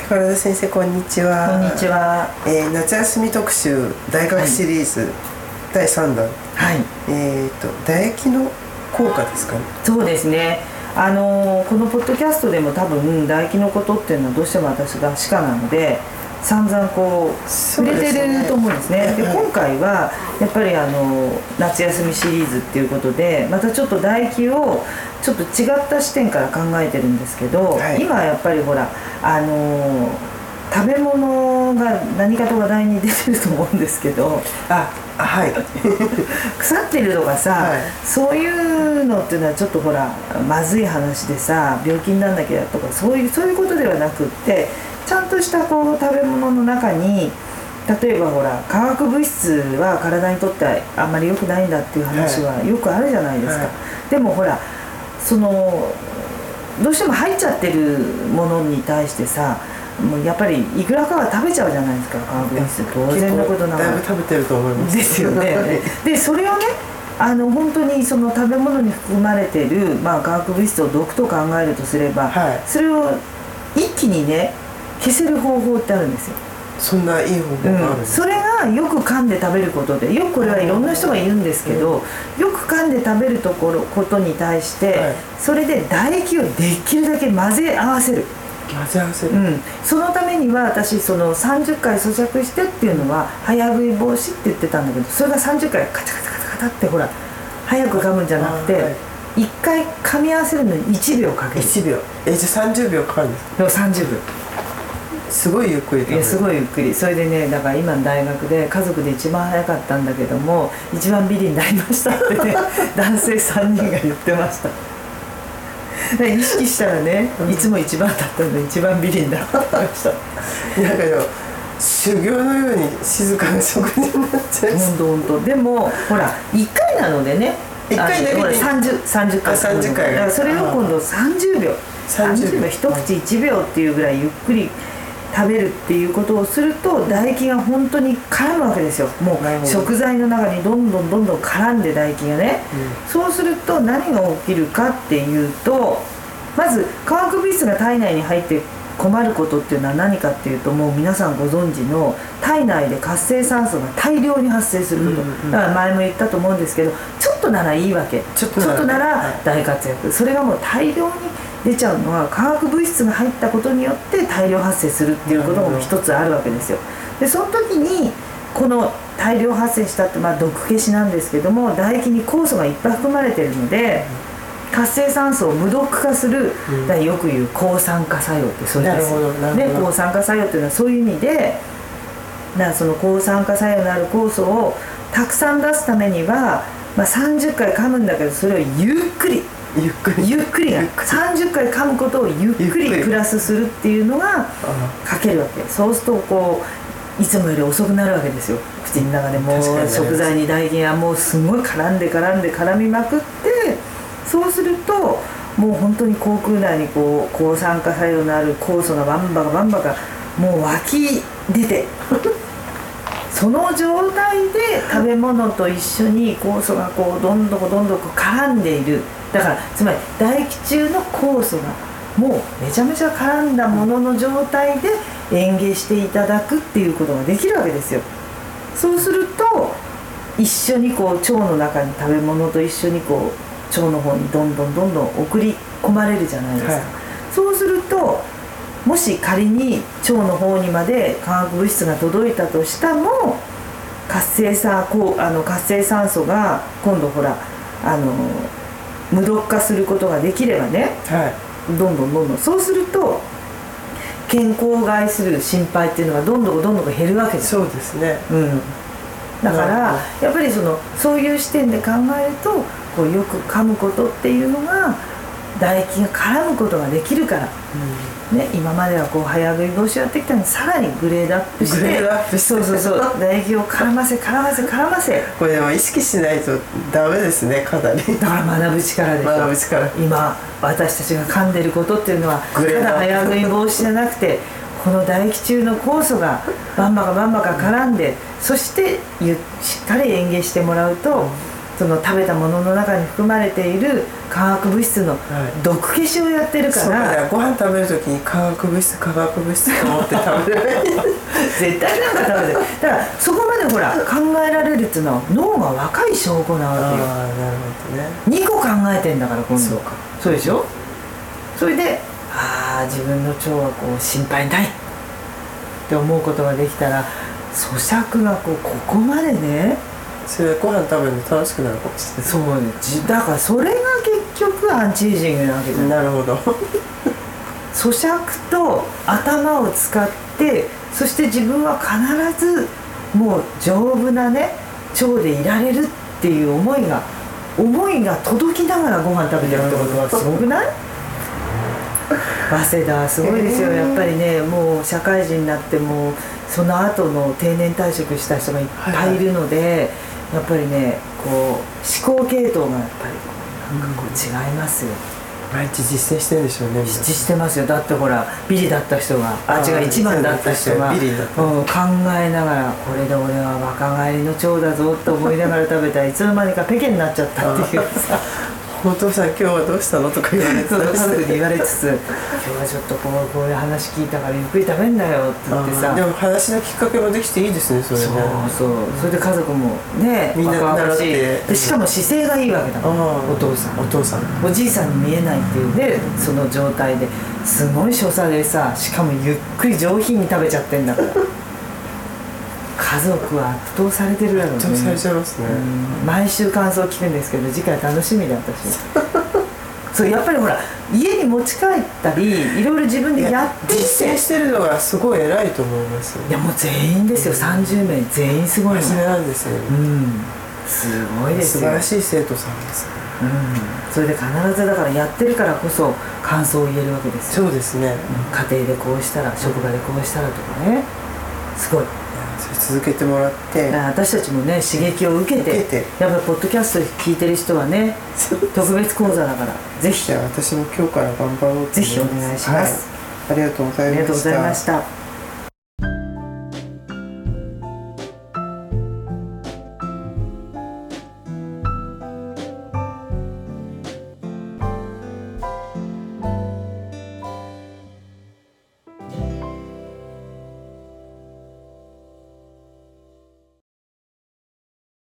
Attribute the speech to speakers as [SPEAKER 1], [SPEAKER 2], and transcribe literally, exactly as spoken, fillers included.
[SPEAKER 1] 宝田先生、こんにちは。
[SPEAKER 2] こんにちは。
[SPEAKER 1] えー、夏休み特集大学シリーズ、はい、だいさんだん、
[SPEAKER 3] はい、
[SPEAKER 1] えーと唾液の効果ですかね。
[SPEAKER 2] そうですね。あのー、このポッドキャストでも多分唾液のことっていうのはどうしても私が歯科なので散々こう触れてると思うんですね。で、今回はやっぱりあの夏休みシリーズっていうことでまたちょっと唾液をちょっと違った視点から考えてるんですけど、はい、今やっぱりほらあの食べ物が何かと話題に出てると思うんですけど、
[SPEAKER 1] あ、はい
[SPEAKER 2] 腐ってるとかさ、はい、そういうのっていうのはちょっとほらまずい話でさ病気にならなきゃとかそういうそういうことではなくってちゃんとしたこう食べ物の中に例えばほら化学物質は体にとってはあんまり良くないんだっていう話はよくあるじゃないですか、はいはい、でもほらそのどうしても入っちゃってるものに対してさもうやっぱりいくらかは食べちゃうじゃないですか。化学物質当然のことながら
[SPEAKER 1] だいぶ食べてると思います
[SPEAKER 2] ですよねでそれをねあの本当にその食べ物に含まれてる、まあ、化学物質を毒と考えるとすれば、はい、それを一気にね消せる方法ってあるんですよ。
[SPEAKER 1] そんないい方法があるんですか、
[SPEAKER 2] うん、それがよく噛んで食べることでよくこれはいろんな人が言うんですけど、うん、よく噛んで食べるところことに対して、はい、それで唾液をできるだけ混ぜ合わせる
[SPEAKER 1] 混ぜ合わせる、
[SPEAKER 2] うん、そのためには私そのさんじゅっかい咀嚼してっていうのは早食い防止って言ってたんだけどそれがさんじゅっかいカチャカチャカチャカチャってほら早く噛むんじゃなくて、はい、いっかい噛み合わせるのにいちびょうかける。
[SPEAKER 1] いちびょうえじゃあさんじゅうびょうかかるんですか。
[SPEAKER 2] でもさんじゅうびょう
[SPEAKER 1] すごいゆっくり食べる。いや
[SPEAKER 2] すごいゆっくり。それでねだから今の大学で家族で一番早かったんだけども一番ビリになりましたってね男性さんにんが言ってました意識したらね、うん、いつも一番だったので一番ビリになってました
[SPEAKER 1] だけど修行のように静かな食事になっちゃう。
[SPEAKER 2] ほんとほんと。でもほらいっかいなのでね
[SPEAKER 1] いっかいだけで
[SPEAKER 2] さんじゅう、さんじゅっかい
[SPEAKER 1] さんじゅっかい
[SPEAKER 2] だからそれを今度さんじゅうびょうさんじゅうびょう一口いちびょうっていうぐらいゆっくり食べるっていうことをすると唾液が本当に絡むわけですよ。もう食材の中にどんどんどんどん絡んで唾液がね、うん、そうすると何が起きるかっていうとまず化学物質が体内に入って困ることっていうのは何かっていうともう皆さんご存知の体内で活性酸素が大量に発生すること、うんうん、だから前も言ったと思うんですけどちょっとならいいわけちょっとなら大活躍、はい、それがもう大量に出ちゃうのは化学物質が入ったことによって大量発生するっていうことも一つあるわけですよ。でその時にこの大量発生したってまあ毒消しなんですけども唾液に酵素がいっぱい含まれているので活性酸素を無毒化する、うん、だよく言う抗酸化作用ってそれです。で抗酸化作用っていうのはそういう意味でだからその抗酸化作用のある酵素をたくさん出すためには、まあ、さんじゅっかい噛むんだけどそれをゆっくり
[SPEAKER 1] ゆっくり
[SPEAKER 2] ゆっくりがさんじゅっかい噛むことをゆっくりプラスするっていうのが書けるわけ。そうするとこういつもより遅くなるわけですよ。口の中でもう食材に唾液がもうすごい絡んで絡んで絡みまくってそうするともう本当に口腔内にこう抗酸化作用のある酵素がバンバカバンバカもう湧き出てその状態で食べ物と一緒に酵素がこうどんどんどんどんこう絡んでいる。だからつまり唾液中の酵素がもうめちゃめちゃ絡んだものの状態で嚥下していただくっていうことができるわけですよ。そうすると一緒にこう腸の中に食べ物と一緒にこう腸の方にどんどんどんどん送り込まれるじゃないですか、はい、そうするともし仮に腸の方にまで化学物質が届いたとしたも活性酸こうあの活性酸素が今度ほらあの無毒化することができればね、はい、どんどんどんどんそうすると健康を害する心配っていうのがどんどんどんどん減るわけです。
[SPEAKER 1] そうですね、
[SPEAKER 2] うん、だからやっぱりそのそういう視点で考えるとこうよく噛むことっていうのが唾液が絡むことができるから、うんね、今まではこう早食い防止をやってきたのにさらにグレードアップして
[SPEAKER 1] グレードアップして
[SPEAKER 2] そうそうそう唾液を絡ませ絡ませ絡ませ
[SPEAKER 1] これでも意識しないとダメですねかなり。
[SPEAKER 2] だから学ぶ力でしょ。
[SPEAKER 1] 学ぶ力。
[SPEAKER 2] 今私たちが噛んでることっていうのはただ早食い防止じゃなくてこの唾液中の酵素がバンバカバンバカ絡んでそしてしっかり嚥下してもらうとその食べたものの中に含まれている化学物質の毒消しをやってるから、
[SPEAKER 1] はい、ご飯食べる時に化学物質化学物質と思って食べる
[SPEAKER 2] 絶対なんか食べてる。だからそこまでほら考えられるっていうのは脳が若い証拠なわけよ。
[SPEAKER 1] ああなるほどね。
[SPEAKER 2] にこ考えてんだから今度。
[SPEAKER 1] そうか。
[SPEAKER 2] そうでしょ。それでああ自分の腸はこう心配ないって思うことができたら、咀嚼がこうここまでね、
[SPEAKER 1] それでご飯食べるの楽しくなるかもしれない。
[SPEAKER 2] そうじだからそれが結局アンチエイジングなわけじゃない。
[SPEAKER 1] なるほど
[SPEAKER 2] 咀嚼と頭を使って、そして自分は必ずもう丈夫なね腸でいられるっていう思いが思いが届きながらご飯食べてるってことはすごくない？早稲田はすごいですよ、やっぱりね。もう社会人になってもその後の定年退職した人がいっぱいいるので、はいはい、やっぱりねこう思考系統がやっぱりこうなんかこう違いますよ。
[SPEAKER 1] 毎日実践してるんでしょうね。
[SPEAKER 2] 実践してますよ。だってほらビリだった人があ違ういちばんだった人が、うん、考えながらこれで俺は若返りの腸だぞって思いながら食べたらいつの間にかペケになっちゃったっていうさ
[SPEAKER 1] お父さん今日はどうしたのとか言われて
[SPEAKER 2] 家族に言われつつ今日はちょっとこうこういう話聞いたからゆっくり食べんなよって言ってさ。
[SPEAKER 1] でも話のきっかけもできていいですねそれね。
[SPEAKER 2] そうそう、それで家族もね
[SPEAKER 1] みんな習って
[SPEAKER 2] でしかも姿勢がいいわけだもん。お父さん
[SPEAKER 1] お父さん
[SPEAKER 2] おじいさんに見えないっていうでその状態ですごい所作でさ、しかもゆっくり上品に食べちゃってんだから家族は圧倒されてるやろうね。
[SPEAKER 1] 圧倒されちゃいますね。
[SPEAKER 2] 毎週感想聞くんですけど次回楽しみで私そうやっぱりほら家に持ち帰ったりいろいろ自分でやって
[SPEAKER 1] 実践してるのがすごい偉いと思いますよ。
[SPEAKER 2] いやもう全員ですよ、うん、さんじゅうめい全員すごいの。
[SPEAKER 1] それなんですよ、ね、
[SPEAKER 2] うんすごいですよ。
[SPEAKER 1] 素晴らしい生徒さんです、
[SPEAKER 2] うん、それで必ずだからやってるからこそ感想を言えるわけですよ。
[SPEAKER 1] そうですね、うん、
[SPEAKER 2] 家庭でこうしたら職場でこうしたらとかね、すごい
[SPEAKER 1] それ続けてもらって、
[SPEAKER 2] 私たちもね刺激を受けて、
[SPEAKER 1] 受けて
[SPEAKER 2] やっぱりポッドキャスト聞いてる人はね特別講座だからぜひ。
[SPEAKER 1] じゃあ私も今日から頑張ろうと思います。
[SPEAKER 2] ぜひお願いします、
[SPEAKER 1] はい、ありがとうございました。
[SPEAKER 2] ありがとうございました。